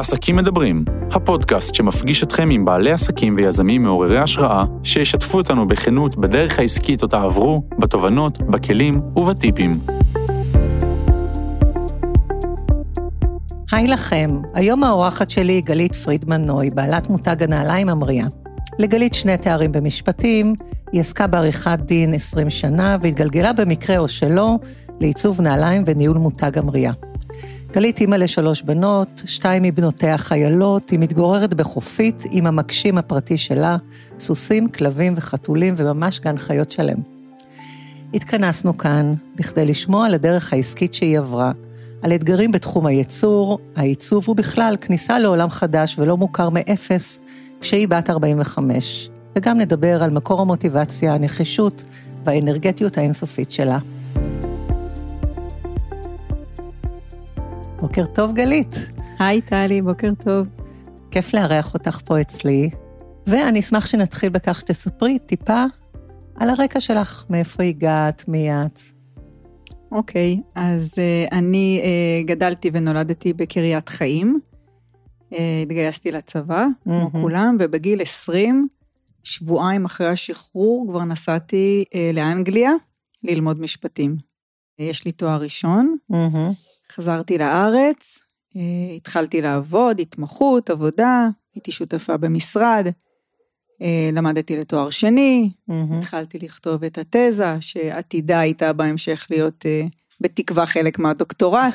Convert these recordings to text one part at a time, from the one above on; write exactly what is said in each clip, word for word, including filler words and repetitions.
עסקים מדברים, הפודקאסט שמפגיש אתכם עם בעלי עסקים ויזמים מעוררי השראה, שישתפו אותנו בכנות בדרך העסקית אותה עברו, בתובנות, בכלים ובטיפים. היי לכם, היום האורחת שלי היא גלית פרידמן נוי, בעלת מותג הנעליים המריאה. לגלית שני תארים במשפטים, היא עסקה בעריכת דין עשרים שנה, והתגלגלה במקרה או שלא לעיצוב נעליים וניהול מותג המריאה. גלית אימא לשלוש בנות, שתיים מבנותיה חיילות, היא מתגוררת בחופית עם המגשים הפרטי שלה, סוסים, כלבים וחתולים וממש גן חיות שלם. התכנסנו כאן בכדי לשמוע על הדרך העסקית שהיא עברה, על אתגרים בתחום הייצור, העיצוב ובכלל כניסה לעולם חדש ולא מוכר מאפס כשהיא בת ארבעים וחמש, וגם נדבר על מקור המוטיבציה, הנחישות והאנרגטיות האינסופית שלה. בוקר טוב גלית. היי טלי, בוקר טוב. כיף לארח אותך פה אצלי, ואני אשמח שנתחיל בכך שתספרי טיפה על הרקע שלך, מאיפה הגעת, מי את. אוקיי, אז uh, אני uh, גדלתי ונולדתי בקריית חיים, uh, התגייסתי לצבא, mm-hmm. כמו כולם, ובגיל עשרים, שבועיים אחרי השחרור, כבר נסעתי uh, לאנגליה, ללמוד משפטים. Uh, יש לי תואר ראשון, mm-hmm. חזרתי לארץ, התחלתי לעבוד, התמחות, עבודה, הייתי שותפה במשרד, למדתי לתואר שני, mm-hmm. התחלתי לכתוב את התזה, שעתידה הייתה בהמשך להיות בתקווה חלק מהדוקטורט,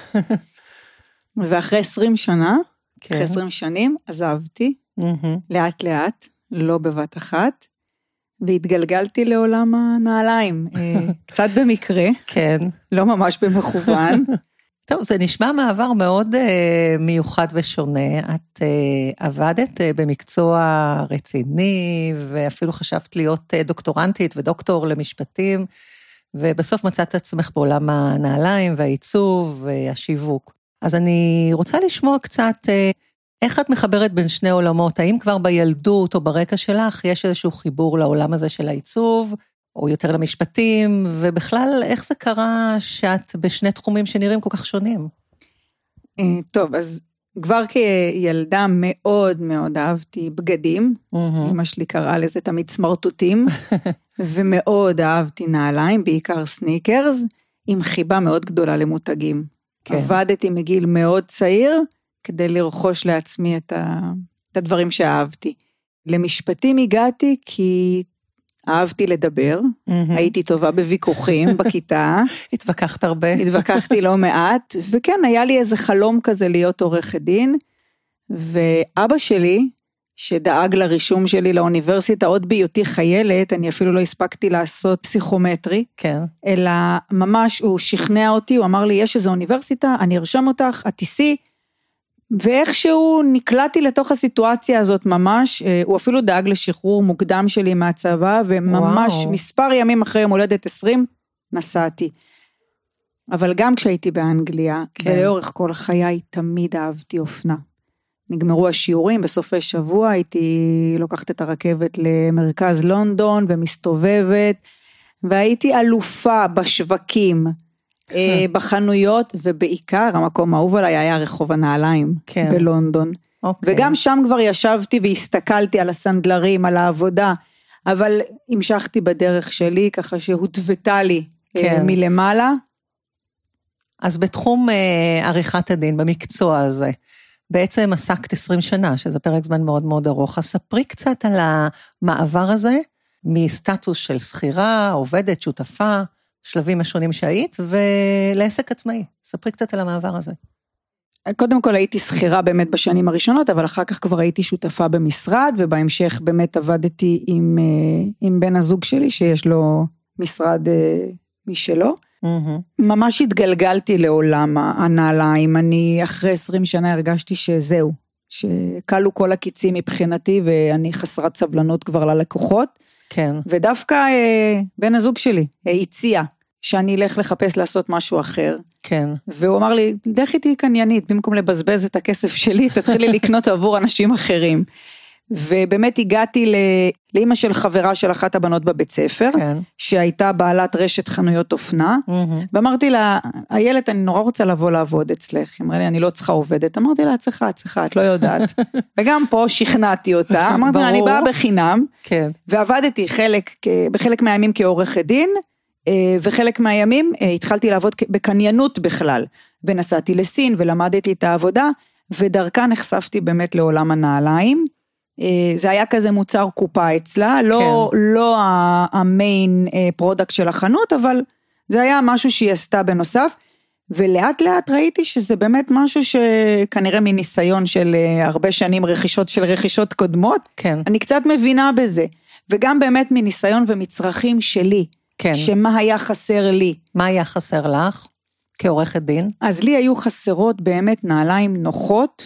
ואחרי עשרים שנה, כן. אחרי עשרים שנים, עזבתי, mm-hmm. לאט לאט, לא בבת אחת, והתגלגלתי לעולם הנעליים, קצת במקרה, כן. לא ממש במכוון, טוב, זה נשמע מעבר מאוד uh, מיוחד ושונה. את uh, עבדת uh, במקצוע רציני, ואפילו חשבת להיות uh, דוקטורנטית ודוקטור למשפטים, ובסוף מצאת עצמך בעולם הנעליים והעיצוב והשיווק. אז אני רוצה לשמוע קצת uh, איך את מחברת בין שני עולמות, האם כבר בילדות או ברקע שלך יש איזשהו חיבור לעולם הזה של העיצוב, או יותר למשפטים, ובכלל, איך זה קרה שאת בשני תחומים שנראים כל כך שונים? טוב, אז כבר כילדה מאוד מאוד אהבתי בגדים, אמא שלי קראה לזה תמיד סמרטוטים, ומאוד אהבתי נעליים, בעיקר סניקרס, עם חיבה מאוד גדולה למותגים. עבדתי מגיל מאוד צעיר, כדי לרכוש לעצמי את הדברים שאהבתי. למשפטים הגעתי כי אהבתי לדבר, mm-hmm. הייתי טובה בוויכוחים בכיתה. התווכחת הרבה. התווכחתי לא מעט, וכן, היה לי איזה חלום כזה להיות עורכת דין, ואבא שלי, שדאג לרישום שלי לאוניברסיטה, עוד בהיותי חיילת, אני אפילו לא הספקתי לעשות פסיכומטרי, כן. אלא ממש הוא שכנע אותי, הוא אמר לי, יש איזו אוניברסיטה, אני ארשם אותך, את תיסי, ואיכשהו נקלעתי לתוך הסיטואציה הזאת ממש, הוא אפילו דאג לשחרור מוקדם שלי מהצבא, וממש וואו. מספר ימים אחרי יום הולדת עשרים, נסעתי. אבל גם כשהייתי באנגליה, כן. ולאורך כל חיי תמיד אהבתי אופנה. נגמרו השיעורים, בסופי שבוע הייתי לוקחת את הרכבת למרכז לונדון, ומסתובבת, והייתי אלופה בשווקים, בחנויות, ובעיקר המקום האהוב עליי היה רחוב הנעליים, כן. בלונדון. אוקיי. וגם שם כבר ישבתי והסתכלתי על הסנדלרים, על העבודה, אבל המשכתי בדרך שלי, ככה שהותוותה לי כן. מלמעלה. אז בתחום uh, עריכת הדין, במקצוע הזה, בעצם עסקת עשרים שנה, שזה פרק זמן מאוד מאוד ארוך, אז ספרי קצת על המעבר הזה, מסטטוס של שכירה, עובדת, שותפה, שלבים השונים שהיית, ולעסק עצמאי. ספרי קצת על המעבר הזה. קודם כל הייתי שכירה באמת בשנים הראשונות, אבל אחר כך כבר הייתי שותפה במשרד, ובהמשך באמת עבדתי עם, עם בן הזוג שלי, שיש לו משרד משלו. Mm-hmm. ממש התגלגלתי לעולם הנעליים, אני אחרי עשרים שנה הרגשתי שזהו, שקלו כל הקיצים מבחינתי, ואני חסרת סבלנות כבר ללקוחות, כן. ודווקא בן הזוג שלי הציע, שאני אלך לחפש לעשות משהו אחר, כן. והוא אמר לי, דרך איתי קניינית, במקום לבזבז את הכסף שלי, תתחילי לקנות עבור אנשים אחרים, ובאמת הגעתי ל... לאמא של חברה של אחת הבנות בבית ספר, כן. שהייתה בעלת רשת חנויות אופנה, מהמם. ואמרתי לה, איילת, אני נורא רוצה לבוא לעבוד אצלך, היא אמרה לי, אני לא צריכה עובדת, אמרתי לה, את צריכה, את צריכה, את לא יודעת, וגם פה שכנעתי אותה, אמרתי לה, אני באה בחינם, כן. ועבדתי חלק, בחלק מהימים כעורכת דין, וחלק מהימים התחלתי לעבוד בקניינות בכלל, ונסעתי לסין ולמדתי את העבודה, ודרכה נחשפתי באמת לעולם הנעליים, זה היה כזה מוצר קופה אצלה, לא, כן. לא המיין פרודקט של החנות, אבל זה היה משהו שהיא עשתה בנוסף, ולאט לאט ראיתי שזה באמת משהו שכנראה מניסיון של הרבה שנים רכישות של רכישות קודמות, כן. אני קצת מבינה בזה, וגם באמת מניסיון ומצרכים שלי, כן. שמה היה חסר לי. מה היה חסר לך כעורכת דין? אז לי היו חסרות באמת נעליים נוחות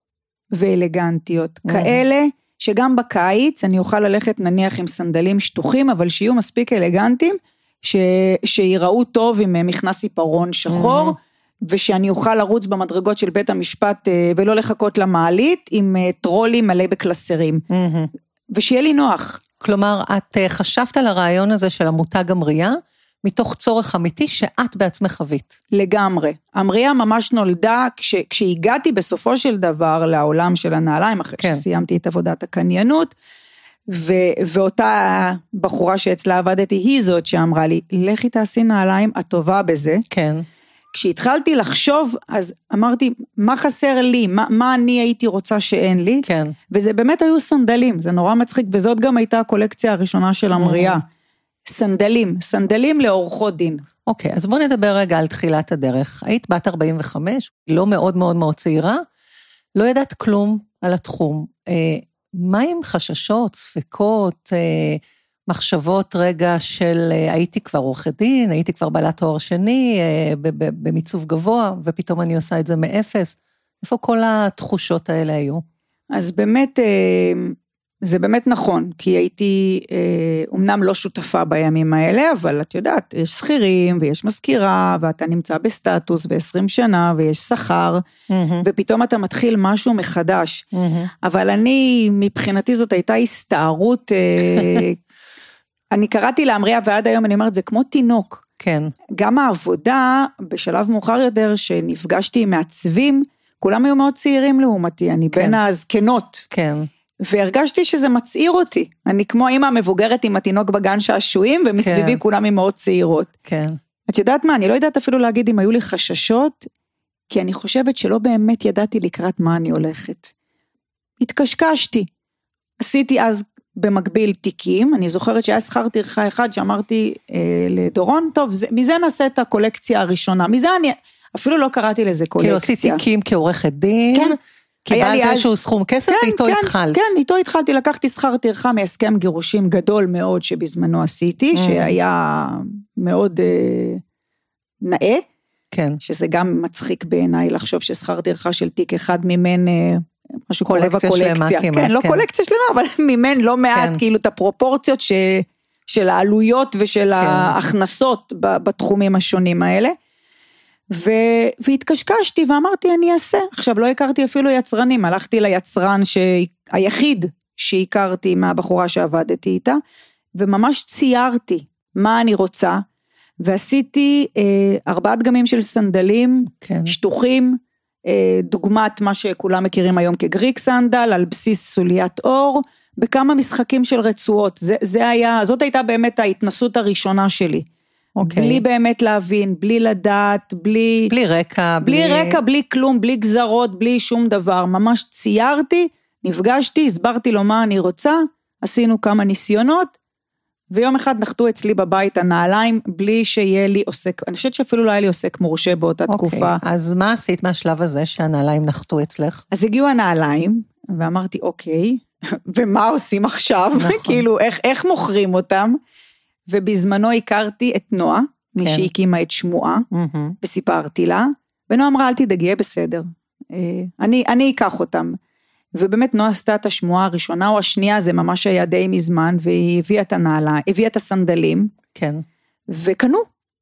ואלגנטיות, mm-hmm. כאלה שגם בקיץ אני אוכל ללכת נניח עם סנדלים שטוחים, אבל שיהיו מספיק אלגנטיים, ש... שיראו טוב עם מכנס עיפרון שחור, mm-hmm. ושאני אוכל לרוץ במדרגות של בית המשפט, ולא לחכות למעלית, עם טרולים מלא בקלסרים, mm-hmm. ושיהיה לי נוח. כלומר, את חשבת על הרעיון הזה של המותג המריה, מתוך צורך אמיתי שאת בעצמך חווית. לגמרי. המריה ממש נולדה, כש, כשהגעתי בסופו של דבר לעולם של הנעליים, אחרי כן. שסיימתי את עבודת הקניינות, ו, ואותה בחורה שאצלה עבדתי, היא זאת שאמרה לי, לכי תעשי נעליים, את טובה בזה. כן. כשהתחלתי לחשוב, אז אמרתי, מה חסר לי? מה, מה אני הייתי רוצה שאין לי? כן. וזה באמת היו סנדלים, זה נורא מצחיק, וזאת גם הייתה הקולקציה הראשונה של המריה. סנדלים, סנדלים לעורכות דין. אוקיי, אז בוא נדבר רגע על תחילת הדרך. היית בת ארבעים וחמש, לא מאוד מאוד מאוד צעירה, לא ידעת כלום על התחום. אה, מה עם חששות, ספקות, אה, מחשבות רגע של אה, הייתי כבר עורכת דין, הייתי כבר בעלת תואר שני, אה, במיצוב גבוה, ופתאום אני עושה את זה מאפס. איפה כל התחושות האלה היו? אז באמת... אה... זה באמת נכון, כי הייתי אומנם לא שותפה בימים האלה, אבל את יודעת, יש שכירים ויש מזכירה, ואתה נמצא בסטטוס ב-עשרים שנה, ויש שכר, mm-hmm. ופתאום אתה מתחיל משהו מחדש. Mm-hmm. אבל אני, מבחינתי זאת הייתה הסתערות, אני קראתי להמריה, ועד היום אני אומרת, זה כמו תינוק. כן. גם העבודה, בשלב מאוחר יותר, שנפגשתי עם מעצבים, כולם היו מאוד צעירים לעומתי, אני כן. בין הזקנות. כן. והרגשתי שזה מצעיר אותי, אני כמו אמא מבוגרת עם התינוק בגן שעשועים, ומסביבי כן. כולם אמאות צעירות. כן. את יודעת מה, אני לא יודעת אפילו להגיד אם היו לי חששות, כי אני חושבת שלא באמת ידעתי לקראת מה אני הולכת. התקשקשתי, עשיתי אז במקביל תיקים, אני זוכרת שהיה שכר טרחה אחד, שאמרתי אה, לדורון, טוב, זה, מזה נעשה את הקולקציה הראשונה, מזה אני, אפילו לא קראתי לזה קולקציה. כאילו עשיתי תיקים כעורכת דין, כן. קיבלת איזשהו סכום כסף, כן, ואיתו כן, התחלת. כן, איתו התחלתי, לקחתי שכר טרחה מהסכם גירושים גדול מאוד שבזמנו עשיתי, mm. שהיה מאוד אה, נאה, כן. שזה גם מצחיק בעיניי לחשוב ששכר טרחה של תיק אחד מימן אה, משהו קורה בקולקציה. שלמה, כן, כמעט, לא כן. קולקציה שלמה, אבל מימן לא מעט, כן. כאילו את הפרופורציות ש, של העלויות ושל כן. ההכנסות בתחומים השונים האלה. ו... והתקשקשתי ואמרתי אני אעשה, עכשיו לא הכרתי אפילו יצרנים, הלכתי ליצרן היחיד שהכרתי מהבחורה שעבדתי איתה, וממש ציירתי מה אני רוצה, ועשיתי אה, ארבעה דגמים של סנדלים, כן. שטוחים, אה, דוגמת מה שכולם מכירים היום כגריק סנדל, על בסיס סוליית אור, בכמה משחקים של רצועות, זה, זה היה, זאת הייתה באמת ההתנסות הראשונה שלי, Okay. בלי באמת להבין, בלי לדעת, בלי... בלי רקע. בלי, בלי רקע, בלי כלום, בלי גזרות, בלי שום דבר. ממש ציירתי, נפגשתי, הסברתי לו מה אני רוצה, עשינו כמה ניסיונות, ויום אחד נחתו אצלי בבית הנעליים, בלי שיהיה לי עוסק, אני חושבת שאפילו לא היה לי עוסק מורשה באותה okay. תקופה. אז מה עשית מהשלב הזה שהנעליים נחתו אצלך? אז הגיעו הנעליים, ואמרתי אוקיי, ומה עושים עכשיו? נכון. כאילו, איך, איך מוכרים אותם? ובזמנו הכרתי את נועה, מי כן. שהקימה את שמועה, mm-hmm. וסיפרתי לה, ונועה אמרה, אל תדאגי, בסדר, אני, אני אקח אותם, ובאמת נועה עשתה את השמועה הראשונה, או השנייה, זה ממש היה די מזמן, והיא הביאה את הנעלה, הביאה את הסנדלים, כן. וקנו,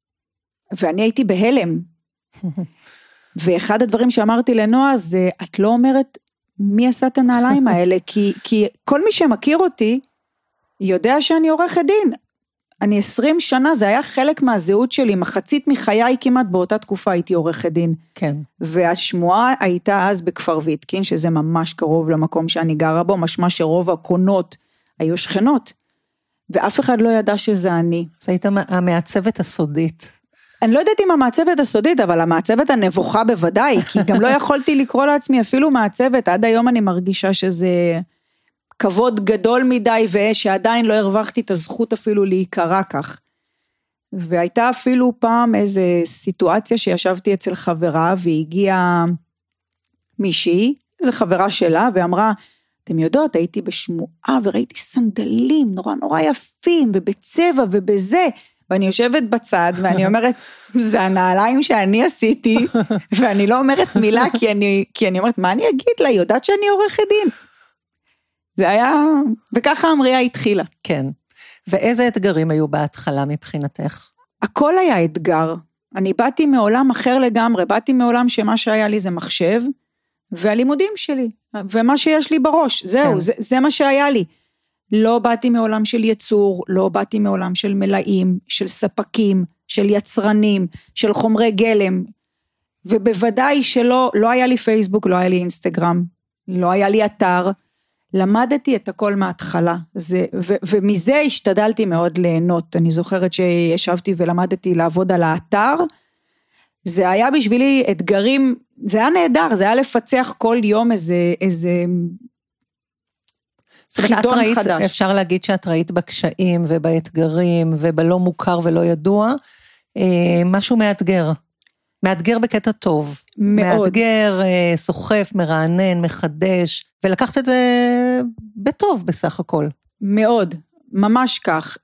ואני הייתי בהלם, ואחד הדברים שאמרתי לנועה, זה, את לא אומרת, מי עשה את הנעליים האלה? כי, כי כל מי שמכיר אותי, יודע שאני עורכת דין. אני עשרים שנה, זה היה חלק מהזהות שלי, מחצית מחיי כמעט באותה תקופה הייתי עורכת דין. כן. והשמועה הייתה אז בכפר ויתקין, שזה ממש קרוב למקום שאני גרה בו, משמע שרוב הקונות היו שכנות, ואף אחד לא ידע שזה אני. זה הייתה המעצבת הסודית. אני לא יודעת אם המעצבת הסודית, אבל המעצבת הנבוכה בוודאי, כי גם לא יכולתי לקרוא לעצמי אפילו מעצבת, עד היום אני מרגישה שזה כבוד גדול מדי, ושעדיין לא הרווחתי את הזכות אפילו להיקרא כך. והייתה אפילו פעם איזו סיטואציה שישבתי אצל חברה, והגיעה מישהי, איזו חברה שלה, ואמרה, אתם יודעות, הייתי בשמועה, וראיתי סנדלים נורא נורא יפים, ובצבע ובזה, ואני יושבת בצד, ואני אומרת, זה הנעליים שאני עשיתי, ואני לא אומרת מילה, כי אני, כי אני אומרת, מה אני אגיד לה? היא יודעת שאני עורכת דין. זה היה, וככה המריאה התחילה. כן. ואיזה אתגרים היו בהתחלה מבחינתך? הכל היה אתגר. אני באתי מעולם אחר לגמרי, באתי מעולם שמה שהיה לי זה מחשב, והלימודים שלי, ומה שיש לי בראש, זהו, כן. זה, זה מה שהיה לי. לא באתי מעולם של יצור, לא באתי מעולם של מלאים, של ספקים, של יצרנים, של חומרי גלם, ובוודאי שלא, לא היה לי פייסבוק, לא היה לי אינסטגרם, לא היה לי אתר, למדתי את הכל מההתחלה, זה, ו, ומזה השתדלתי מאוד ליהנות, אני זוכרת שישבתי ולמדתי לעבוד על האתר, זה היה בשבילי אתגרים, זה היה נהדר, זה היה לפצח כל יום איזה, איזה חידון ראית, חדש. אפשר להגיד שאת ראית בקשיים ובאתגרים ובלא מוכר ולא ידוע, משהו מאתגר, מאתגר בקטע טוב, מאוד. מאתגר, סוחף, מרענן, מחדש, ולקחת את זה בטוב בסך הכל. מאוד, ממש כך.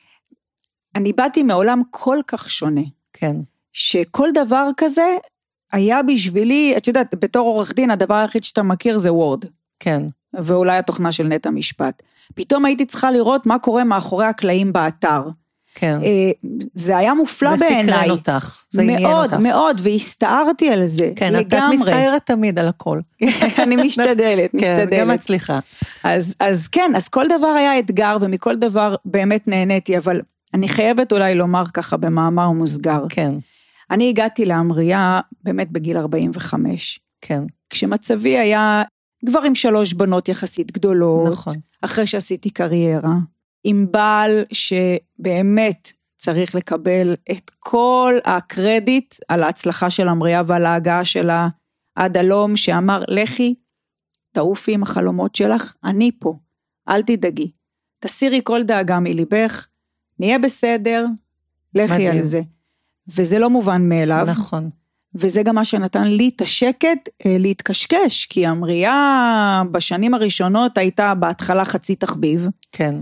אני באתי מעולם כל כך שונה. כן. שכל דבר כזה היה בשבילי, את יודעת, בתור עורך דין, הדבר היחיד שאתה מכיר זה וורד. כן. ואולי התוכנה של נט המשפט. פתאום הייתי צריכה לראות מה קורה מאחורי הקלעים באתר. כן. זה היה מופלא בעיניי. זה סקרן אותך, זה עניין אותך. מאוד, מאוד, והסתערתי על זה. כן, לגמרי. את מסתערת תמיד על הכל. אני משתדלת, משתדלת. כן, גם מצליחה. אז, אז כן, אז כל דבר היה אתגר, ומכל דבר באמת נהניתי, אבל אני חייבת אולי לומר ככה במאמר מוסגר. כן. אני הגעתי להמריה באמת בגיל ארבעים וחמש. כן. כשמצבי היה כבר עם שלוש בנות יחסית גדולות. נכון. אחרי שעשיתי קריירה. עם בעל שבאמת צריך לקבל את כל הקרדיט על ההצלחה של המריה ועל ההגעה שלה עד הלום, שאמר, לכי, תעופי עם החלומות שלך, אני פה, אל תדאגי. תסירי כל דאגה מליבך, נהיה בסדר, לכי מדהים. על זה. וזה לא מובן מאליו. נכון. וזה גם מה שנתן לי את השקט להתקשקש, כי המריה בשנים הראשונות הייתה בהתחלה חצי תחביב. כן.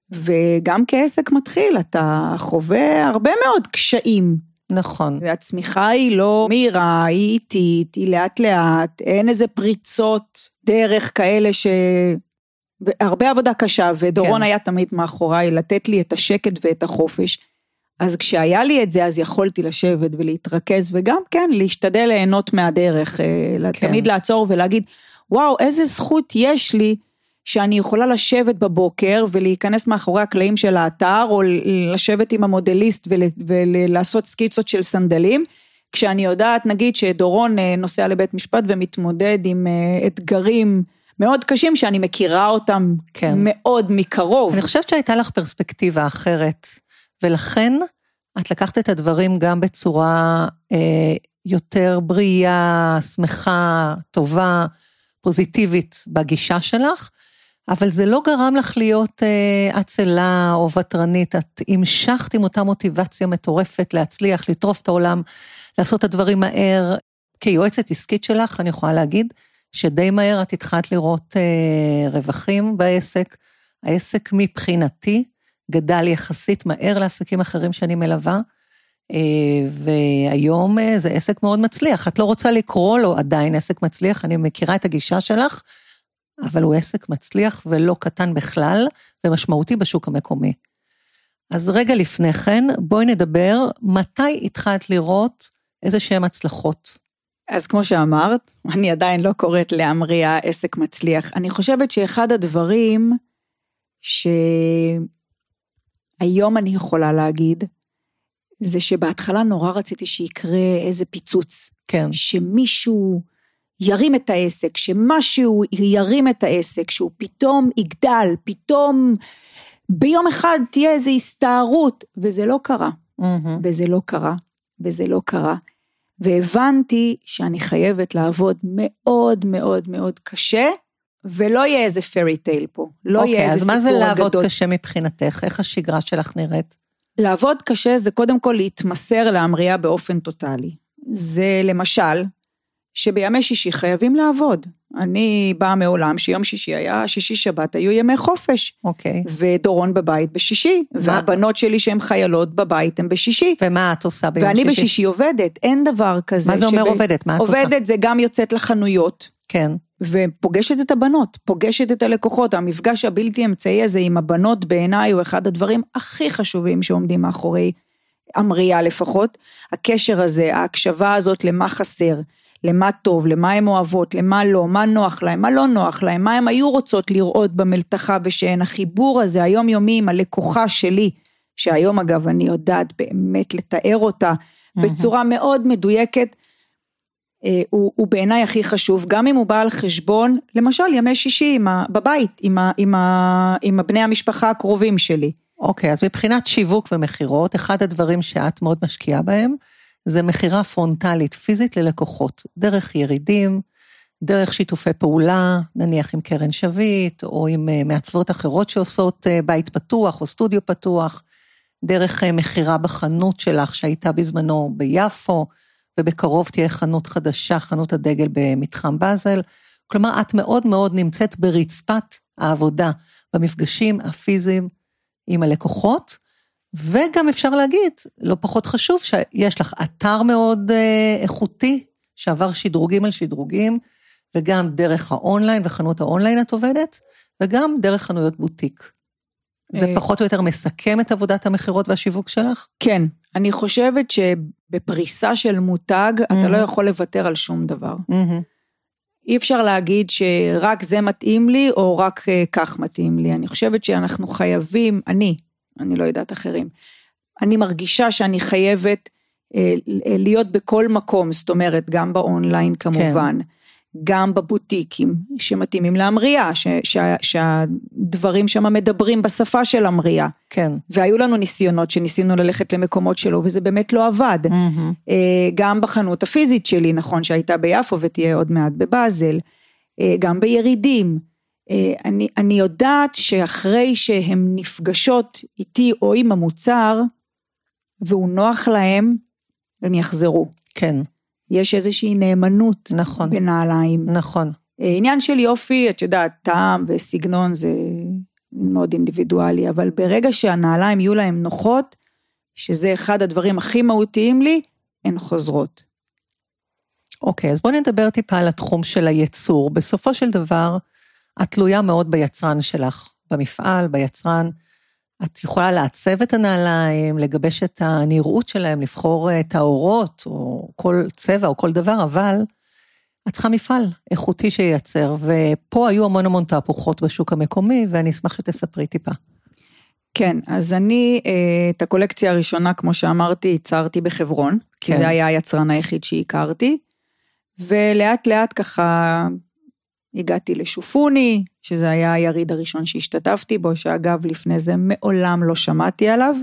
וגם כעסק מתחיל, אתה חווה הרבה מאוד קשיים. נכון. והצמיחה היא לא מהירה, היא איטית, היא לאט לאט, אין איזה פריצות דרך כאלה ש... הרבה עבודה קשה, ודורון כן. היה תמיד מאחוריי, לתת לי את השקט ואת החופש. אז כשהיה לי את זה, אז יכולתי לשבת ולהתרכז, וגם כן, להשתדל ליהנות מהדרך, כן. תמיד לעצור ולהגיד, וואו, איזה זכות יש לי, שאני יכולה לשבת בבוקר, ולהיכנס מאחורי הקלעים של האתר, או לשבת עם המודליסט, ולעשות סקיצות של סנדלים, כשאני יודעת, נגיד, שדורון נוסע לבית משפט, ומתמודד עם אתגרים מאוד קשים, שאני מכירה אותם כן. מאוד מקרוב. אני חושבת שהייתה לך פרספקטיבה אחרת, ולכן את לקחת את הדברים גם בצורה אה, יותר בריאה, שמחה, טובה, פוזיטיבית בגישה שלך, אבל זה לא גרם לך להיות אה, עצלה או וטרנית, את המשכת עם אותה מוטיבציה מטורפת להצליח, לטרוף את העולם, לעשות את הדברים מהר. כיועצת עסקית שלך, אני יכולה להגיד, שדי מהר את התחלת לראות אה, רווחים בעסק, העסק מבחינתי, גדל יחסית מהר לעסקים אחרים שאני מלווה, והיום זה עסק מאוד מצליח, את לא רוצה לקרוא לו עדיין עסק מצליח, אני מכירה את הגישה שלך, אבל הוא עסק מצליח ולא קטן בכלל, ומשמעותי בשוק המקומי. אז רגע לפני כן, בואי נדבר, מתי התחלת לראות איזה שהן הצלחות? אז כמו שאמרת, אני עדיין לא קוראת להמריא עסק מצליח. אני חושבת שאחד הדברים שהיום אני יכולה להגיד, זה שבהתחלה נורא רציתי שיקרה איזה פיצוץ. כן. שמישהו ירים את העסק, שמשהו ירים את העסק, שהוא פתאום יגדל, פתאום ביום אחד תהיה איזו הסתערות, וזה לא קרה. Mm-hmm. וזה לא קרה, וזה לא קרה. והבנתי שאני חייבת לעבוד מאוד מאוד מאוד קשה, ולא יהיה איזה פרי טייל פה. לא אוקיי, יהיה איזה אז מה זה סיפור לעבוד אגדות. קשה מבחינתך? איך השגרה שלך נראית? לעבוד קשה זה קודם כל להתמסר להמריא באופן טוטלי. זה למשל, שבימי שישי חייבים לעבוד. אני באה מעולם שיום שישי היה, שישי שבת היו ימי חופש. אוקיי. ודורון בבית בשישי, והבנות שלי שהן חיילות בבית הן בשישי. ומה את עושה ביום שישי? ואני בשישי עובדת, אין דבר כזה. מה זה אומר עובדת? מה את עושה? עובדת זה גם יוצאת לחנויות. כן. ופוגשת את הבנות, פוגשת את הלקוחות, המפגש הבלתי אמצעי הזה עם הבנות בעיניי הוא אחד הדברים הכי חשובים שעומדים מאחורי המריא לפחות, הקשר הזה, ההקשבה הזאת למה חסר, למה טוב, למה הן אוהבות, למה לא, מה נוח להם, מה לא נוח להם, מה הן היו רוצות לראות במלתחה ושאין החיבור הזה היומיומי עם הלקוחה שלי, שהיום אגב אני יודעת באמת לתאר אותה בצורה מאוד מדויקת, הוא, הוא בעיניי הכי חשוב, גם אם הוא בא על חשבון, למשל ימי שישי עם ה, בבית, עם, ה, עם, ה, עם הבני המשפחה הקרובים שלי. אוקיי, אז מבחינת שיווק ומחירות, אחד הדברים שאת מאוד משקיעה בהם, זה מחירה פרונטלית, פיזית ללקוחות, דרך ירידים, דרך שיתופי פעולה, נניח עם קרן שביט, או עם מעצבות אחרות שעושות בית פתוח, או סטודיו פתוח, דרך מחירה בחנות שלך, שהייתה בזמנו ביפו, ובקרוב תהיה חנות חדשה, חנות הדגל במתחם בזל, כלומר, את מאוד מאוד נמצאת ברצפת העבודה, במפגשים הפיזיים עם הלקוחות, וגם אפשר להגיד, לא פחות חשוב, שיש לך אתר מאוד איכותי, שעבר שדרוגים על שדרוגים, וגם דרך האונליין וחנות האונליין את עובדת, וגם דרך חנויות בוטיק. זה פחות או יותר מסכם את עבודת המחירות והשיווק שלך? כן, אני חושבת שבפריסה של מותג, אתה לא יכול לוותר על שום דבר. אי אפשר להגיד שרק זה מתאים לי, או רק כך מתאים לי. אני חושבת שאנחנו חייבים, אני, אני לא יודעת אחרים, אני מרגישה שאני חייבת להיות בכל מקום, זאת אומרת, גם באונליין כמובן, כן. גם בבוטיקים שמתאימים להמריא, ש, ש, שהדברים שם מדברים בשפה של המריא. כן. והיו לנו ניסיונות שניסינו ללכת למקומות שלו, וזה באמת לא עבד. Mm-hmm. גם בחנות הפיזית שלי, נכון, שהייתה ביפו ותהיה עוד מעט בבאזל, גם בירידים. אני, אני יודעת שאחרי שהן נפגשות איתי או עם המוצר, והוא נוח להם, הם יחזרו. כן. יש איזושהי נאמנות נכון, בנעליים. נכון. עניין של יופי, את יודעת, טעם וסגנון זה מאוד אינדיבידואלי, אבל ברגע שהנעליים יהיו להם נוחות, שזה אחד הדברים הכי מהותיים לי, הן חוזרות. אוקיי, אז בואו נדבר טיפה על התחום של הייצור. בסופו של דבר, את תלויה מאוד ביצרן שלך, במפעל, ביצרן, את יכולה לעצב את הנעליים, לגבש את הנראות שלהם, לבחור את האורות, או כל צבע, או כל דבר, אבל את צריכה מפעל איכותי שייצר, ופה היו המון המון תהפוכות בשוק המקומי, ואני אשמח שתספרי טיפה. כן, אז אני, את הקולקציה הראשונה, כמו שאמרתי, ייצרתי בחברון, כי זה היה היצרן היחיד שהכרתי, ולאט לאט ככה הגעתי לשופוני, שזה היה היריד הראשון שהשתתפתי בו, שאגב לפני זה מעולם לא שמעתי עליו,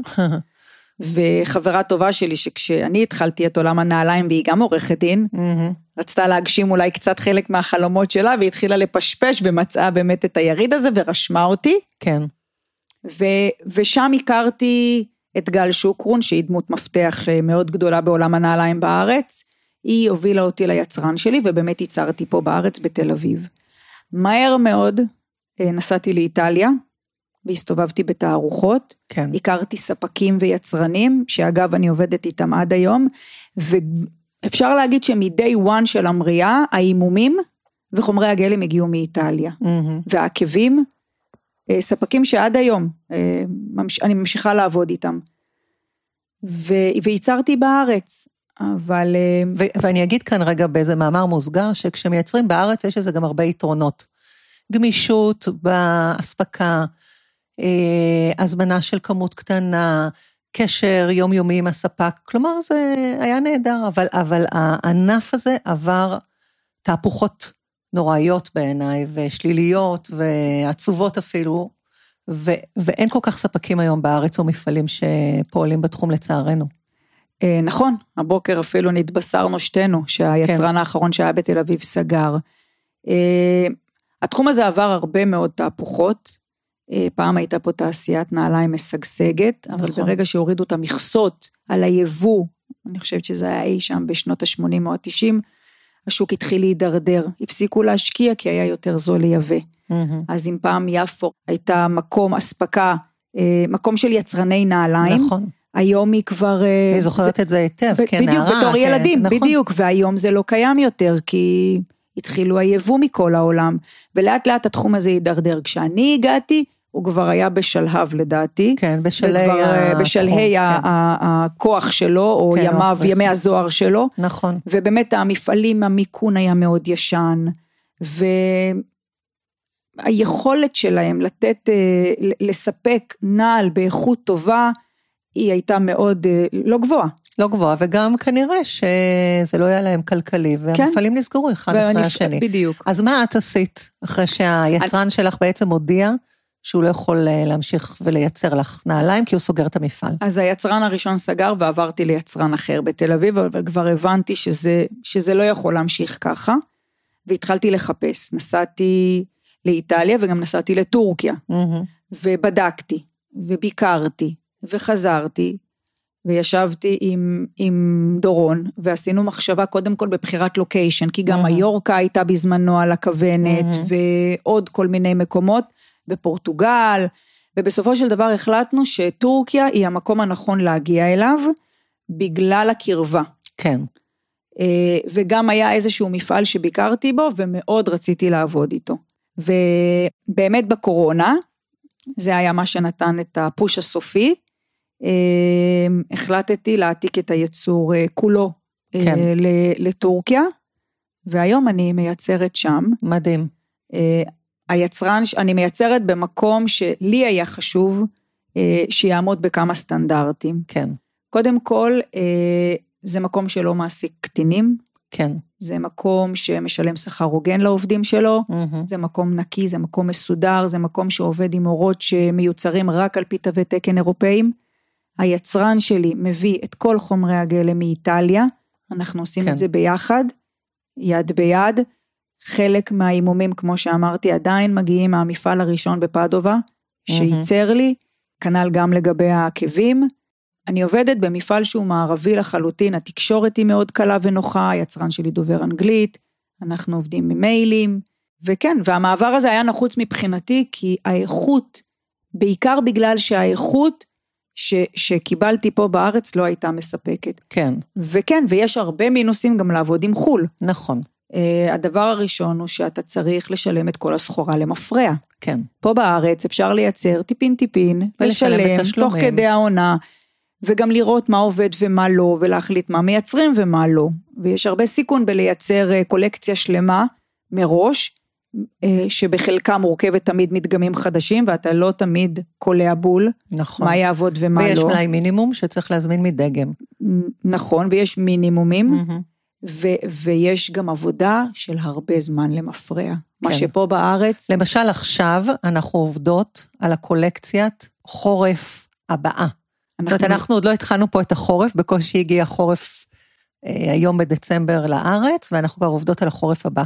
וחברה טובה שלי שכשאני התחלתי את עולם הנעליים, והיא גם עורכת דין, רצתה להגשים אולי קצת חלק מהחלומות שלה, והיא התחילה לפשפש ומצאה באמת את היריד הזה, ורשמה אותי. כן. ו- ושם הכרתי את גל שוקרון, שהיא דמות מפתח מאוד גדולה בעולם הנעליים בארץ, היא הובילה אותי ליצרן שלי, ובאמת ייצרתי פה בארץ בתל אביב. מהר מאוד נסעתי לאיטליה, והסתובבתי בתערוכות, כן. הכרתי ספקים ויצרנים, שאגב אני עובדת איתם עד היום, ואפשר להגיד שמדי וואן של המריא, האימומים וחומרי הגלם הגיעו מאיטליה, mm-hmm. והעקבים, ספקים שעד היום, אני ממשיכה לעבוד איתם, וייצרתי בארץ, אבל... ו- ואני אגיד כאן רגע באיזה מאמר מוסגר, שכשמייצרים בארץ יש לזה גם הרבה יתרונות. גמישות בהספקה, הזמנה של כמות קטנה, קשר יומיומי עם הספק, כלומר זה היה נהדר, אבל, אבל הענף הזה עבר תהפוכות נוראיות בעיניי, ושליליות ועצובות אפילו, ו, ואין כל כך ספקים היום בארץ או מפעלים שפועלים בתחום לצערנו. נכון, הבוקר אפילו נתבשרנו שתינו, שהיצרן האחרון שהיה בתל אביב סגר. התחום הזה עבר הרבה מאוד תהפוכות, פעם הייתה פה תעשיית נעליים משגשגת, אבל ברגע שהורידו את המכסות על היבוא, אני חושבת שזה היה אי שם בשנות ה-שמונים או ה-תשעים, השוק התחיל להידרדר, הפסיקו להשקיע כי היה יותר זול לייבא. אז אם פעם יפו הייתה מקום אספקה, מקום של יצרני נעליים, נכון. היום היא כבר... אני זוכרת זה, את זה היטב, כן, בדיוק, נערה, בתור כן, ילדים, נכון. בדיוק, והיום זה לא קיים יותר, כי התחילו היבוא מכל העולם, ולאט לאט התחום הזה יידרדר. כשאני הגעתי, הוא כבר היה בשלהב לדעתי, כן, בשלהי התחום, בשלהי כן. הכוח שלו, או כן, ימיו, ימי הזוהר שלו, נכון. ובאמת המפעלים, המיקון היה מאוד ישן, והיכולת שלהם לתת, לספק נעל באיכות טובה, היא הייתה מאוד לא גבוהה. לא גבוהה, וגם כנראה שזה לא היה להם כלכלי, והמפעלים כן. נסגרו אחד אחרי השני. בדיוק. אז מה את עשית, אחרי שהיצרן אני... שלך בעצם הודיע, שהוא לא יכול להמשיך ולייצר לך נעליים, כי הוא סוגר את המפעל. אז היצרן הראשון סגר, ועברתי ליצרן אחר בתל אביב, אבל כבר הבנתי שזה, שזה לא יכול להמשיך ככה, והתחלתי לחפש. נסעתי לאיטליה, וגם נסעתי לטורקיה, mm-hmm. ובדקתי, וביקרתי, וחזרתי, וישבתי עם, עם דורון, ועשינו מחשבה קודם כל בבחירת לוקיישן, כי גם mm-hmm. היורקה הייתה בזמנו על הכוונת, mm-hmm. ועוד כל מיני מקומות, בפורטוגל, ובסופו של דבר החלטנו שטורקיה היא המקום הנכון להגיע אליו, בגלל הקרבה. כן. וגם היה איזשהו מפעל שביקרתי בו, ומאוד רציתי לעבוד איתו. ובאמת בקורונה, זה היה מה שנתן את הפוש הסופי, החלטתי להעתיק את הייצור כולו כן. לטורקיה, והיום אני מייצרת שם. מדהים. היצרן, אני מייצרת במקום שלי היה חשוב, שיעמוד בכמה סטנדרטים. כן. קודם כל, זה מקום שלא מעסיק קטינים. כן. זה מקום שמשלם שכר הוגן לעובדים שלו, mm-hmm. זה מקום נקי, זה מקום מסודר, זה מקום שעובד עם אורות שמיוצרים רק על פי תווי תקן אירופאים. היצרן שלי מביא את כל חומרי הגלם מאיטליה, אנחנו עושים כן. את זה ביחד, יד ביד, חלק מהאימומים, כמו שאמרתי, עדיין מגיעים מהמפעל הראשון בפדובה, שייצר לי, כנ"ל גם לגבי העקבים. אני עובדת במפעל שהוא מערבי לחלוטין, התקשורת היא מאוד קלה ונוחה, היצרן שלי דובר אנגלית, אנחנו עובדים ממיילים, וכן, והמעבר הזה היה נחוץ מבחינתי, כי האיכות, בעיקר בגלל שהאיכות ש, שקיבלתי פה בארץ לא הייתה מספקת. כן. וכן, ויש הרבה מינוסים גם לעבוד עם חול. נכון. Uh, הדבר הראשון הוא שאתה צריך לשלם את כל הסחורה למפרע. כן. פה בארץ אפשר לייצר טיפין טיפין, לשלם תוך כדי העונה, וגם לראות מה עובד ומה לא, ולהחליט מה מייצרים ומה לא. ויש הרבה סיכון בלייצר uh, קולקציה שלמה מראש, uh, שבחלקה מורכבת תמיד מדגמים חדשים, ואתה לא תמיד קולע בול, נכון. מה יעבוד ומה ויש לא. ויש מלאי מינימום שצריך להזמין מדגם. נכון, ויש מינימומים, mm-hmm. ו- ויש גם עבודה של הרבה זמן למפרע, כן. מה שפה בארץ. למשל עכשיו אנחנו עובדות על הקולקציית חורף הבאה. אנחנו... זאת אומרת, אנחנו עוד לא התחלנו פה את החורף, בקושי הגיע חורף אה, היום בדצמבר לארץ, ואנחנו כבר עובדות על החורף הבא,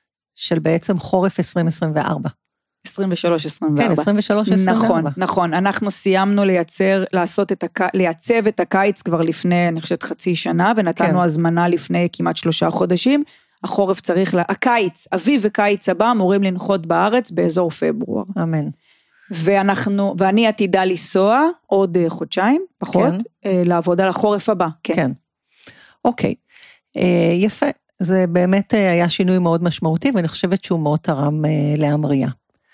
של בעצם חורף עשרים עשרים וארבע. עשרים ושלוש עשרים וארבע. כן, עשרים ושלוש עשרים וארבע. נכון, נכון, אנחנו סיימנו לייצר, לעשות את הק... לייצב את הקיץ כבר לפני, אני חושבת חצי שנה, ונתנו כן. הזמנה לפני כמעט שלושה חודשים, החורף צריך, לה... הקיץ, אביב וקיץ הבא, אמורים לנחות בארץ באזור פברואר. אמן. ואנחנו, ואני עתידה לנסוע עוד חודשיים, פחות, כן. לעבוד על החורף הבא. כן. כן. אוקיי, יפה, זה באמת היה שינוי מאוד משמעותי, ואני חושבת שהוא מאוד תרם להמריה.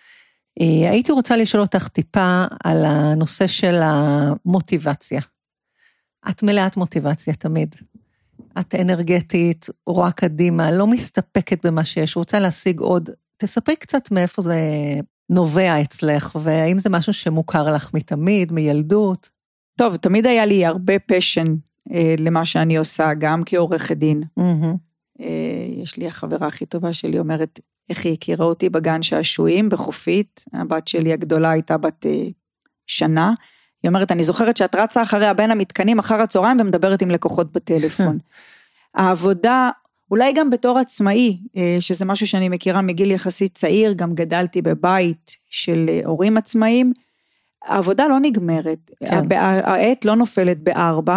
הייתי רוצה לשאול אותך טיפה על הנושא של המוטיבציה. את מלאת מוטיבציה תמיד. את אנרגטית, רואה קדימה, לא מסתפקת במה שיש, רוצה להשיג עוד. תספרי קצת מאיפה זה נובע אצלך, והאם זה משהו שמוכר לך מתמיד, מילדות? טוב, תמיד היה לי הרבה פשן אה, למה שאני עושה, גם כעורכת דין. Mm-hmm. אה, יש לי החברה הכי טובה שלי, אומרת, איך היא הכירה אותי בגן שעשועים, בחופית, הבת שלי הגדולה הייתה בת אה, שנה, היא אומרת, אני זוכרת שאת רצה אחריה בין המתקנים אחר הצהריים, ומדברת עם לקוחות בטלפון. העבודה, אולי גם בתור עצמאי, שזה משהו שאני מכירה מגיל יחסית צעיר, גם גדלתי בבית של הורים עצמאיים, העבודה לא נגמרת, כן. העת לא נופלת בארבע,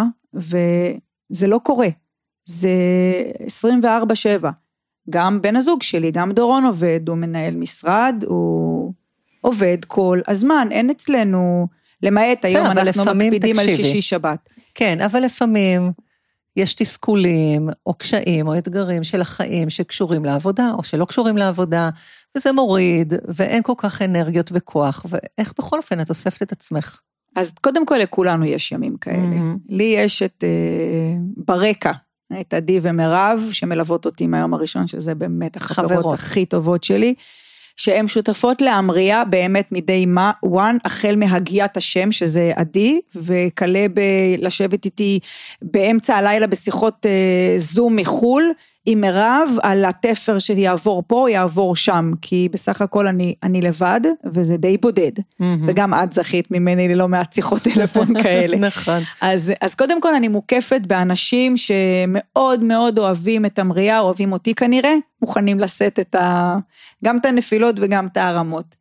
וזה לא קורה, זה עשרים וארבע שבע, גם בן הזוג שלי, גם דורון עובד, הוא מנהל משרד, הוא עובד כל הזמן, אין אצלנו, למעט היום אנחנו מקפידים על שישי שבת. כן, אבל לפעמים יש תסכולים, או קשיים, או אתגרים של החיים, שקשורים לעבודה, או שלא קשורים לעבודה, וזה מוריד, ואין כל כך אנרגיות וכוח, ואיך בכל אופן את אוספת את עצמך? אז קודם כל לכולנו יש ימים כאלה. Mm-hmm. לי יש את אה, ברקע, את עדי ומרב, שמלוות אותי מהיום הראשון, שזה באמת החברות חברות. הכי טובות שלי, שהן שותפות לאמריה באמת מדי וואן, החל מהגיית השם, שזה עדי, וכלה בלשבת איתי באמצע הלילה בשיחות אה, זום מחול, עם מרב על התפר שיעבור פה, יעבור שם, כי בסך הכל אני, אני לבד, וזה די בודד, mm-hmm. וגם את זכית ממני ללא מעט שיחות טלפון כאלה. נכון. אז, אז קודם כל אני מוקפת באנשים שמאוד מאוד אוהבים את המריאה, אוהבים אותי כנראה, מוכנים לשאת את ה, גם את הנפילות וגם את הרמות.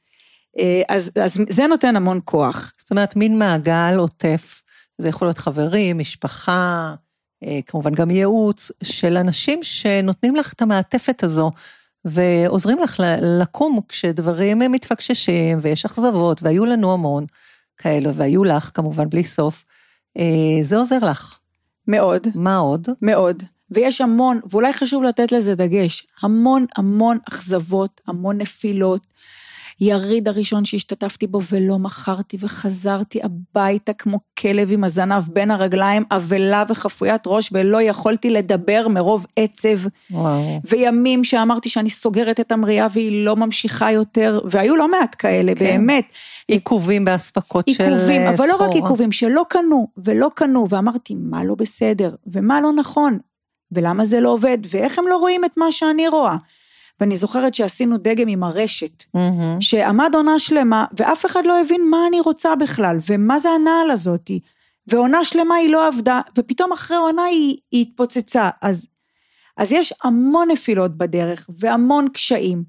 אז, אז זה נותן המון כוח. זאת אומרת, מין מעגל עוטף, זה יכול להיות חברים, משפחה, כמובן גם ייעוץ של אנשים שנותנים לך את המעטפת הזו, ועוזרים לך לקום כשדברים מתפקששים, ויש אכזבות, והיו לנו המון כאלו, והיו לך כמובן בלי סוף, זה עוזר לך. מאוד. מה עוד? מאוד. ויש המון, ואולי חשוב לתת לזה דגש, המון המון אכזבות, המון נפילות, יריד הראשון שהשתתפתי בו ולא מכרתי וחזרתי הביתה כמו כלב עם הזנב בין הרגליים, אבלה וחפוית ראש ולא יכולתי לדבר מרוב עצב. וואו. וימים שאמרתי שאני סוגרת את המריאה והיא לא ממשיכה יותר, והיו לא מעט כאלה, כן. באמת. עיכובים בהספקות של עיכובים, סחורה. אבל לא רק עיכובים, שלא קנו ולא קנו, ואמרתי מה לא בסדר ומה לא נכון, ולמה זה לא עובד, ואיך הם לא רואים את מה שאני רואה. ואני זוכרת שעשינו דגם עם הרשת, mm-hmm. שעמד עונה שלמה, ואף אחד לא הבין מה אני רוצה בכלל, ומה זה הנעל הזאת, ועונה שלמה היא לא עבדה, ופתאום אחרי עונה היא, היא התפוצצה, אז, אז יש המון נפילות בדרך, והמון קשיים.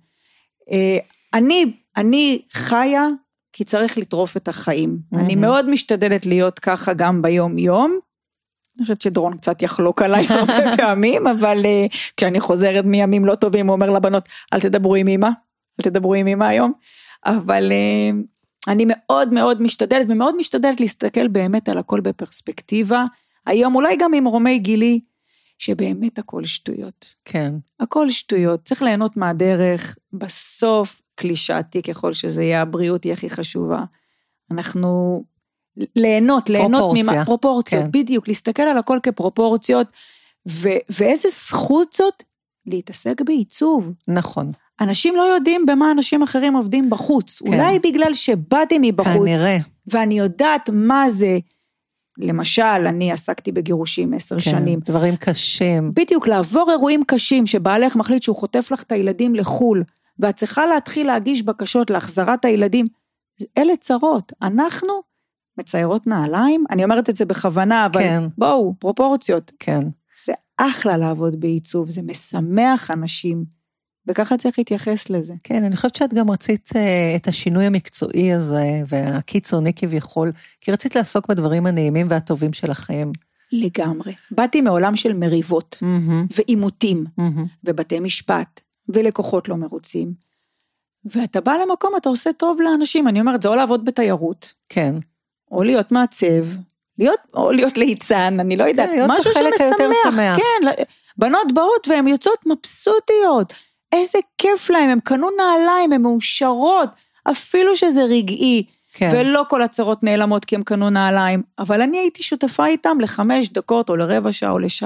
אני, אני חיה, כי צריך לטרוף את החיים, mm-hmm. אני מאוד משתדלת להיות ככה גם ביום יום, אני חושבת שדרון קצת יחלוק עליי הרבה פעמים, אבל uh, כשאני חוזרת מימים לא טובים, הוא אומר לבנות, אל תדברו עם אמא, אל תדברו עם אמא היום, אבל uh, אני מאוד מאוד משתדלת, ומאוד משתדלת להסתכל באמת על הכל בפרספקטיבה, היום אולי גם עם רומי גילי, שבאמת הכל שטויות. כן. הכל שטויות, צריך ליהנות מהדרך, בסוף קלישאתי ככל שזה יהיה, הבריאות היא הכי חשובה, אנחנו... ליהנות, ליהנות ממה, פרופורציות, כן. בדיוק, להסתכל על הכל כפרופורציות, ו, ואיזה זכות זאת, להתעסק בעיצוב. נכון. אנשים לא יודעים במה אנשים אחרים עובדים בחוץ, כן. אולי בגלל שבאתי מבחוץ, כנראה. ואני יודעת מה זה, למשל, אני עסקתי בגירושים עשר כן, שנים. דברים קשים. בדיוק, לעבור אירועים קשים, שבעלך מחליט שהוא חוטף לך את הילדים לחול, ואת צריכה להתחיל להגיש בקשות להחזרת הילדים, אלה צרות, אנחנו, מציירות נעליים, אני אומרת את זה בכוונה, אבל כן. בואו, פרופורציות. כן. זה אחלה לעבוד בעיצוב, זה משמח אנשים, וככה צריך להתייחס לזה. כן, אני חושבת שאת גם רצית uh, את השינוי המקצועי הזה, והקיצוני כביכול, כי רצית לעסוק בדברים הנעימים והטובים שלכם. לגמרי. באתי מעולם של מריבות, mm-hmm. ועימותים, mm-hmm. ובתי משפט, ולקוחות לא מרוצים, ואתה בא למקום, אתה עושה טוב לאנשים, אני אומרת, זה או לעבוד בתיירות, כן. או להיות מעצב, להיות, או להיות ליצן, אני לא יודעת, כן, משהו שמשמח, כן, בנות באות והן יוצאות מבסוטיות, איזה כיף להם, הם קנו נעליים, הם מאושרות, אפילו שזה רגעי, כן. ולא כל הצרות נעלמות כי הם קנו נעליים, אבל אני הייתי שותפה איתם לחמש דקות, או לרבע שעה, או לשעה,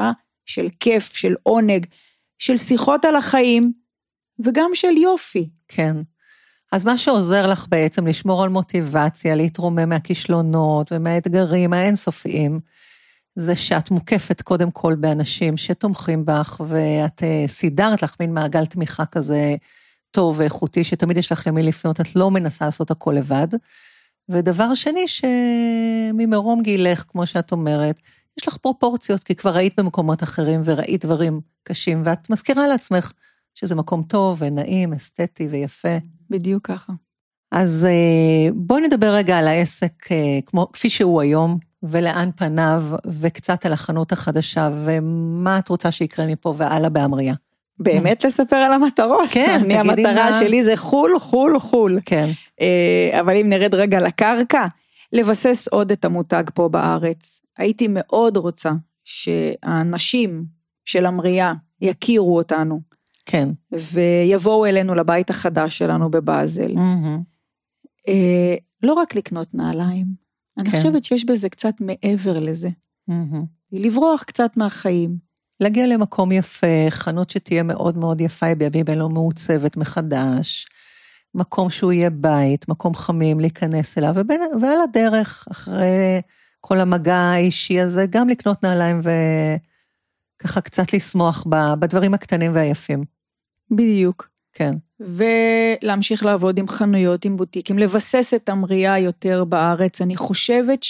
של כיף, של עונג, של שיחות על החיים, וגם של יופי. כן. אז מה שעוזר לך בעצם לשמור על מוטיבציה, להתרומם מהכישלונות ומהאתגרים האינסופיים, זה שאת מוקפת קודם כל באנשים שתומכים בך, ואת סידרת לך מין מעגל תמיכה כזה טוב ואיכותי, שתמיד יש לך למי לפנות, את לא מנסה לעשות הכל לבד. ודבר שני, שממרום גילך, כמו שאת אומרת, יש לך פרופורציות, כי כבר ראית במקומות אחרים, וראית דברים קשים, ואת מזכירה לעצמך שזה מקום טוב ונעים, אסתטי ויפה. בדיוק ככה. אז בואי נדבר רגע על העסק, כמו, כפי שהוא היום, ולאן פניו, וקצת על החנות החדשה, ומה את רוצה שיקרה מפה והלאה באמריה. באמת לספר על המטרות. כן, אני המטרה מה... שלי זה חול, חול, חול. כן. אבל אם נרד רגע לקרקע, לבסס עוד את המותג פה בארץ. הייתי מאוד רוצה שהאנשים של אמריה יכירו אותנו. כן. ויבואו אלינו לבית החדש שלנו בבאזל. Mm-hmm. לא רק לקנות נעליים. אני כן. חושבת שיש בזה קצת מעבר לזה. Mm-hmm. לברוח קצת מהחיים. להגיע למקום יפה, חנות שתהיה מאוד מאוד יפה, בימים אלו מעוצבת מחדש, מקום שהוא יהיה בית, מקום חמים להיכנס אליו, ובין, ועל הדרך, אחרי כל המגע האישי הזה, גם לקנות נעליים וככה קצת לשמוח בדברים הקטנים והיפים. בדיוק. כן. ולהמשיך לעבוד עם חנויות, עם בוטיקים, לבסס את אמריה יותר בארץ. אני חושבת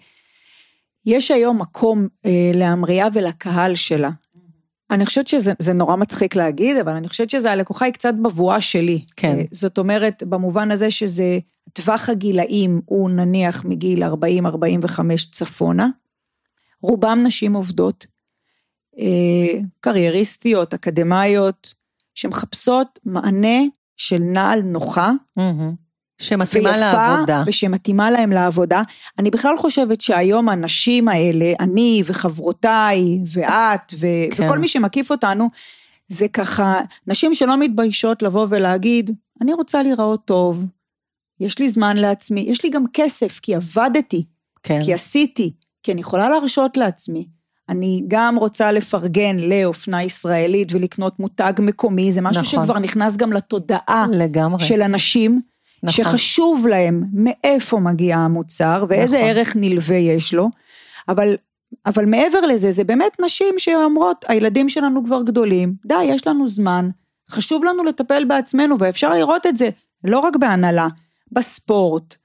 שיש היום מקום אה, לאמריה ולקהל שלה. אני חושבת שזה זה נורא מצחיק להגיד, אבל אני חושבת שזה הלקוחה היא קצת בבואה שלי. כן. זאת אומרת, במובן הזה שזה טווח הגילאים, הוא נניח מגיל ארבעים ארבעים וחמש צפונה, רובם נשים עובדות, אה, קרייריסטיות, אקדמאיות, שמחפשות מענה של נעל נוחה, שמתאימה לעבודה. ושמתאימה להם לעבודה. אני בכלל חושבת שהיום הנשים האלה, אני וחברותיי ואת ו... כן. וכל מי שמקיף אותנו, זה ככה, נשים שלא מתביישות לבוא ולהגיד, אני רוצה להיראות טוב, יש לי זמן לעצמי, יש לי גם כסף, כי עבדתי, כן. כי עשיתי, כי אני יכולה להרשות לעצמי. אני גם רוצה לפרגן לאופנה ישראלית ולקנות מותג מקומי, זה משהו נכון. שכבר נכנס גם לתודעה לגמרי. של אנשים, נכון. שחשוב להם מאיפה מגיע המוצר, ואיזה נכון. ערך נלווה יש לו, אבל, אבל מעבר לזה, זה באמת נשים שאומרות, הילדים שלנו כבר גדולים, די, יש לנו זמן, חשוב לנו לטפל בעצמנו, ואפשר לראות את זה, לא רק בהנהלה, בספורט,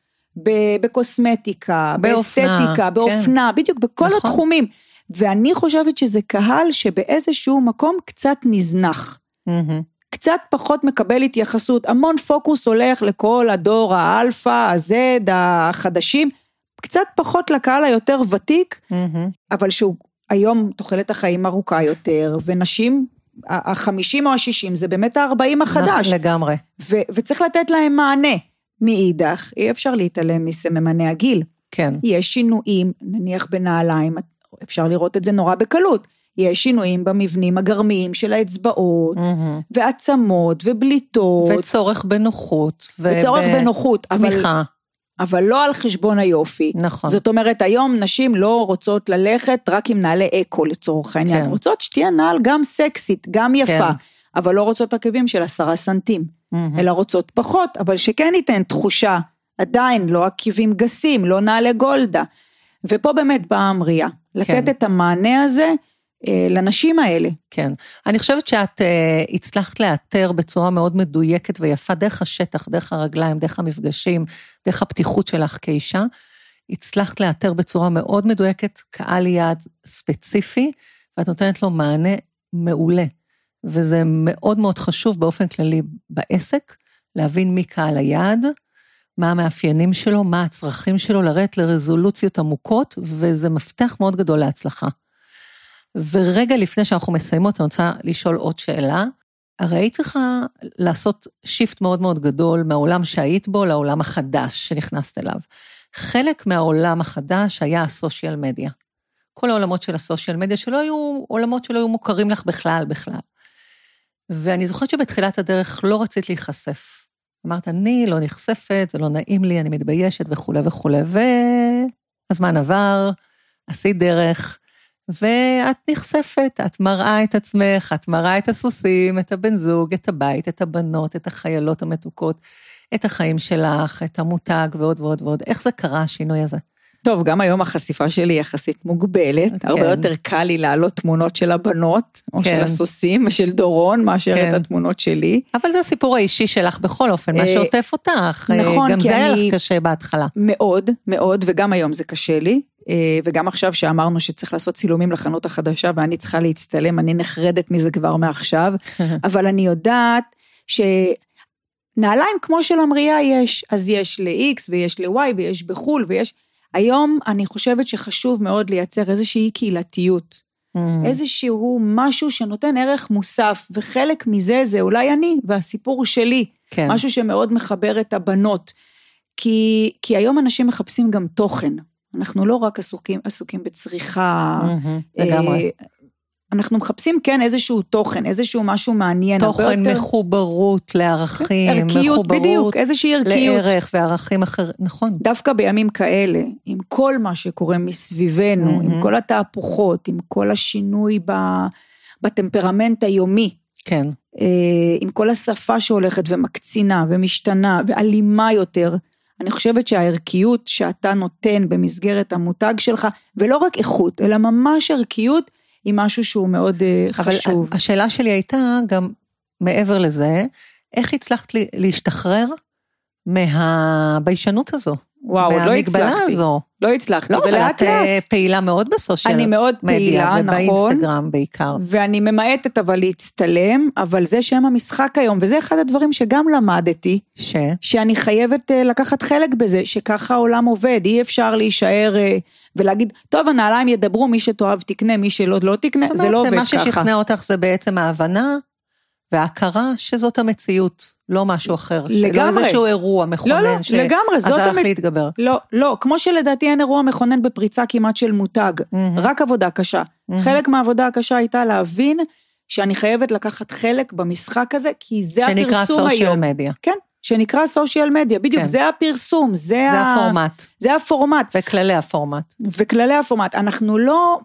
בקוסמטיקה, באסתטיקה, באופנה, כן. בדיוק בכל נכון. התחומים, ואני חושבת שזה קהל שבאיזשהו מקום קצת נזנח, קצת פחות מקבל התייחסות, המון פוקוס הולך לכל הדור האלפא, הזד, החדשים, קצת פחות לקהל היותר ותיק, אבל שהוא היום תוחלת החיים ארוכה יותר, ונשים, החמישים או השישים, זה באמת הארבעים החדש. לגמרי. ו- וצריך לתת להם מענה, מאידך, אי אפשר להתעלם מסממני הגיל. כן. יש שינויים, נניח בנעליים, אפשר לראות את זה נורא בקלות, יש שינויים במבנים הגרמיים של האצבעות, mm-hmm. ועצמות, ובליטות. וצורך בנוחות. וצורך וב... בנוחות. תמיכה. אבל, אבל לא על חשבון היופי. נכון. זאת אומרת, היום נשים לא רוצות ללכת רק עם נעלי אקו לצורך העניין. כן. רוצות שתהיה נעל גם סקסית, גם יפה, כן. אבל לא רוצות עקבים של עשרה סנטים, mm-hmm. אלא רוצות פחות, אבל שכן ייתן תחושה, עדיין לא עקבים גסים, לא נעלי גולדה. ופה באמת באה אמריה, לתת כן. את המענה הזה, לנשים האלה. כן, אני חושבת שאת uh, הצלחת לאתר בצורה מאוד מדויקת ויפה, דרך השטח, דרך הרגליים, דרך המפגשים, דרך הפתיחות שלך כאישה, הצלחת לאתר בצורה מאוד מדויקת, קהל יעד ספציפי, ואת נותנת לו מענה מעולה, וזה מאוד מאוד חשוב באופן כללי בעסק, להבין מי קהל היעד, מה המאפיינים שלו, מה הצרכים שלו, לרדת לרזולוציות עמוקות, וזה מפתח מאוד גדול להצלחה. ורגע לפני שאנחנו מסיימות, אני רוצה לשאול עוד שאלה, הרי היית צריכה לעשות שיפט מאוד מאוד גדול, מהעולם שהיית בו, לעולם החדש שנכנסת אליו. חלק מהעולם החדש היה הסושיאל מדיה. כל העולמות של הסושיאל מדיה, שלא היו עולמות שלא היו מוכרים לך בכלל, בכלל. ואני זוכרת שבתחילת הדרך לא רצית להיחשף. אמרת, אני לא נחשפת, זה לא נעים לי, אני מתביישת וכו' וכו', והזמן עבר, עשית דרך, ואת נחשפת, את מראה את עצמך, את מראה את הסוסים, את הבן זוג, את הבית, את הבנות, את החיילות המתוקות, את החיים שלך, את המותג ועוד ועוד ועוד. איך זה קרה, השינוי הזה? טוב, גם היום החשיפה שלי יחסית מוגבלת, כן. הרבה יותר קל לי להעלות תמונות של הבנות, או כן. של הסוסים ושל דורון, מאשר כן. את התמונות שלי. אבל זה הסיפור האישי שלך בכל אופן, מה שעוטף אותך. נכון, גם זה היה לך קשה בהתחלה. מאוד, מאוד, וגם היום זה קשה לי, וגם עכשיו שאמרנו שצריך לעשות צילומים לחנות החדשה, ואני צריכה להצטלם, אני נחרדת מזה כבר מעכשיו, אבל אני יודעת ש... נעליים כמו של המריה יש, אז יש ל-X ויש ל-Y ויש בחול ויש... היום אני חושבת שחשוב מאוד לייצר איזושהי קהילתיות, mm. איזשהו משהו שנותן ערך מוסף, וחלק מזה זה אולי אני, והסיפור שלי, כן. משהו שמאוד מחבר את הבנות, כי, כי היום אנשים מחפשים גם תוכן, אנחנו לא רק עסוקים, עסוקים בצריכה, mm-hmm, לגמרי. אה, אנחנו מחפשים כן איזשהו תוכן, איזשהו משהו מעניין. תוכן יותר... מחוברות לערכים, ערכיות, מחוברות בדיוק, איזושהי ערכיות. לערך וערכים אחרים, נכון. דווקא בימים כאלה, עם כל מה שקורה מסביבנו, mm-hmm. עם כל התהפוכות, עם כל השינוי ב... בטמפרמנט היומי, כן. עם כל השפה שהולכת ומקצינה ומשתנה ואלימה יותר, אני חושבת שהערכיות שאתה נותן במסגרת המותג שלך, ולא רק איכות, אלא ממש ערכיות, היא משהו שהוא מאוד חשוב. אבל השאלה שלי הייתה גם מעבר לזה, איך הצלחת להשתחרר מהביישנות הזו? וואו, לא הצלחתי. הזו. לא הצלחתי. לא, אבל את פעילה מאוד בסושיאל. אני מאוד פעילה, נכון. ובאינסטגרם בעיקר. ואני ממעטת אבל להצטלם, אבל זה שם המשחק היום, וזה אחד הדברים שגם למדתי, ש? שאני חייבת לקחת חלק בזה, שככה העולם עובד, אי אפשר להישאר ולהגיד, טוב, הנעליים ידברו, מי שתאהב תקנה, מי שלא לא תקנה, זה לא עובד ככה. מה ששכנע אותך זה בעצם ההבנה, וההכרה שזאת המציאות, לא משהו אחר. לגמרי. לא איזשהו אירוע מכונן. לא, לא, לגמרי. שעזר לך להתגבר. לא, לא, כמו שלדעתי אין אירוע מכונן בפריצה כמעט של מותג, רק עבודה קשה. חלק מהעבודה הקשה הייתה להבין, שאני חייבת לקחת חלק במשחק הזה, כי זה הפרסום היום. שנקרא סושיאל מדיה. כן, שנקרא סושיאל מדיה, בדיוק, זה הפרסום, זה הפורמט. זה הפורמט. וכללי הפורמט. וכללי הפורמט. אנחנו לא...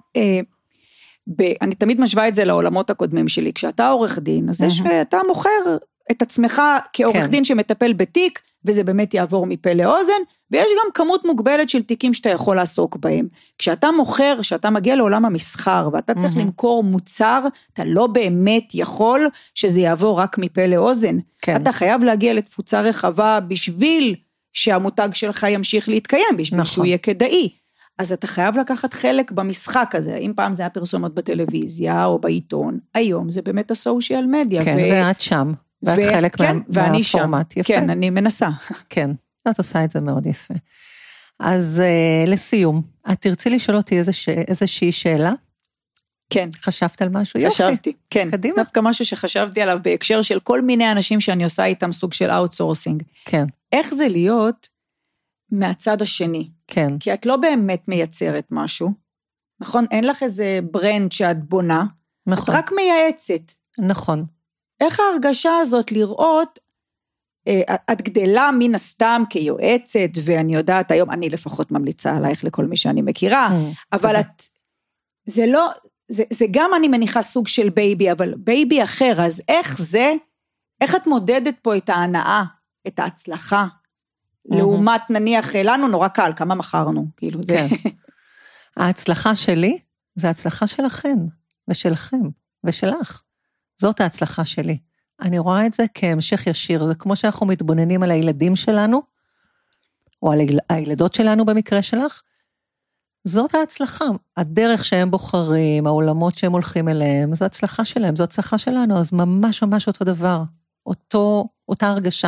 ב, אני תמיד משווה את זה לעולמות הקודמים שלי, כשאתה עורך דין, אז יש, אתה מוכר את עצמך כעורך כן. דין שמטפל בתיק, וזה באמת יעבור מפה לאוזן, ויש גם כמות מוגבלת של תיקים שאתה יכול לעסוק בהם. כשאתה מוכר, כשאתה מגיע לעולם המסחר, ואתה צריך למכור מוצר, אתה לא באמת יכול שזה יעבור רק מפה לאוזן. כן. אתה חייב להגיע לתפוצה רחבה, בשביל שהמותג שלך ימשיך להתקיים, בשביל נכון. שהוא יהיה כדאי. אז אתה חייב לקחת חלק במשחק הזה, אם פעם זה היה פרסומות בטלוויזיה או בעיתון, היום זה באמת הסושיאל מדיה. כן, ו... ואת שם, ואת ו... חלק כן, מה... מהפורמט, יפה. כן, אני מנסה. כן, את עושה את זה מאוד יפה. אז uh, לסיום, את תרצי לשאול אותי איזוש... איזושהי שאלה? כן. חשבת על משהו? חשבתי, יופי. כן. קדימה. דווקא משהו שחשבתי עליו בהקשר של כל מיני אנשים שאני עושה איתם סוג של אאוטסורסינג. כן. איך זה להיות מהצד השני? כן. כי את לא באמת מייצרת משהו, נכון? אין לך איזה ברנד שאת בונה, נכון. את רק מייעצת. נכון. איך ההרגשה הזאת לראות, את גדלה מן הסתם כיועצת, ואני יודעת היום, אני לפחות ממליצה עלייך לכל מי שאני מכירה, אבל את, זה לא, זה, זה גם אני מניחה סוג של בייבי, אבל בייבי אחר, אז איך זה, איך את מודדת פה את ההנאה, את ההצלחה, לעומת נניח לנו נורא קל, כמה מכרנו, כאילו זה. ההצלחה שלי, זה ההצלחה שלכן, ושלכם, ושלך. זאת ההצלחה שלי. אני רואה את זה כהמשך ישיר, זה כמו שאנחנו מתבוננים על הילדים שלנו, או על הילדות שלנו במקרה שלך, זאת ההצלחה. הדרך שהם בוחרים, העולמות שהם הולכים אליהם, זו הצלחה שלהם, זו הצלחה שלנו, אז ממש ממש אותו דבר, אותו, אותה הרגשה.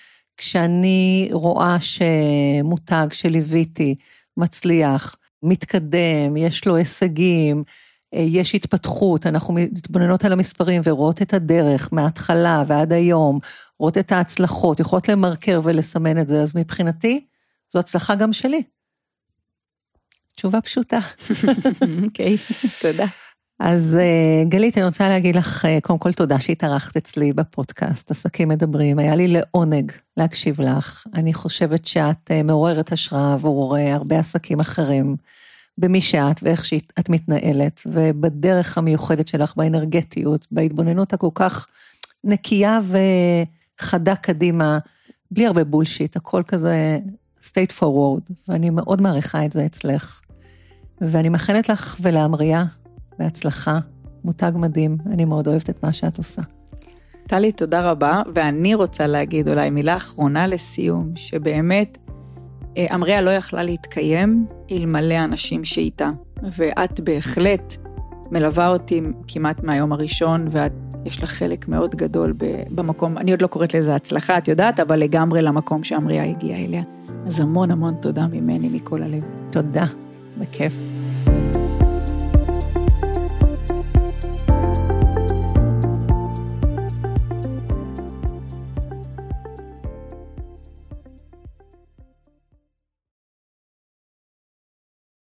כשאני רואה שמותג שליוויתי, מצליח, מתקדם, יש לו הישגים, יש התפתחות, אנחנו מתבוננות על המספרים ורואות את הדרך מההתחלה ועד היום, רואות את ההצלחות, יכולות למרקר ולסמן את זה, אז מבחינתי, זו הצלחה גם שלי. תשובה פשוטה. אוקיי, תודה. אז גלית, אני רוצה להגיד לך, קודם כל תודה שהתארחת אצלי בפודקאסט, עסקים מדברים, היה לי לעונג להקשיב לך, אני חושבת שאת מעוררת השראה עבור הרבה עסקים אחרים, במי שאת ואיך שאת מתנהלת, ובדרך המיוחדת שלך, באנרגטיות, בהתבוננות הכל כך נקייה וחדה קדימה, בלי הרבה בולשיט, הכל כזה state forward, ואני מאוד מעריכה את זה אצלך. ואני מאחלת לך ולאמריה, בהצלחה, מותג מדהים, אני מאוד אוהבת את מה שאת עושה. טלי, תודה רבה, ואני רוצה להגיד אולי מילה אחרונה לסיום, שבאמת אמריה לא יכלה להתקיים אלמלא האנשים שאיתה, ואת בהחלט מלווה אותי כמעט מהיום הראשון, ואת יש לך חלק מאוד גדול במקום, אני עוד לא קוראת לזה הצלחה, את יודעת, אבל לגמרי למקום שאמריה הגיעה אליה. אז המון המון תודה ממני, מכל הלב. תודה, בכיף.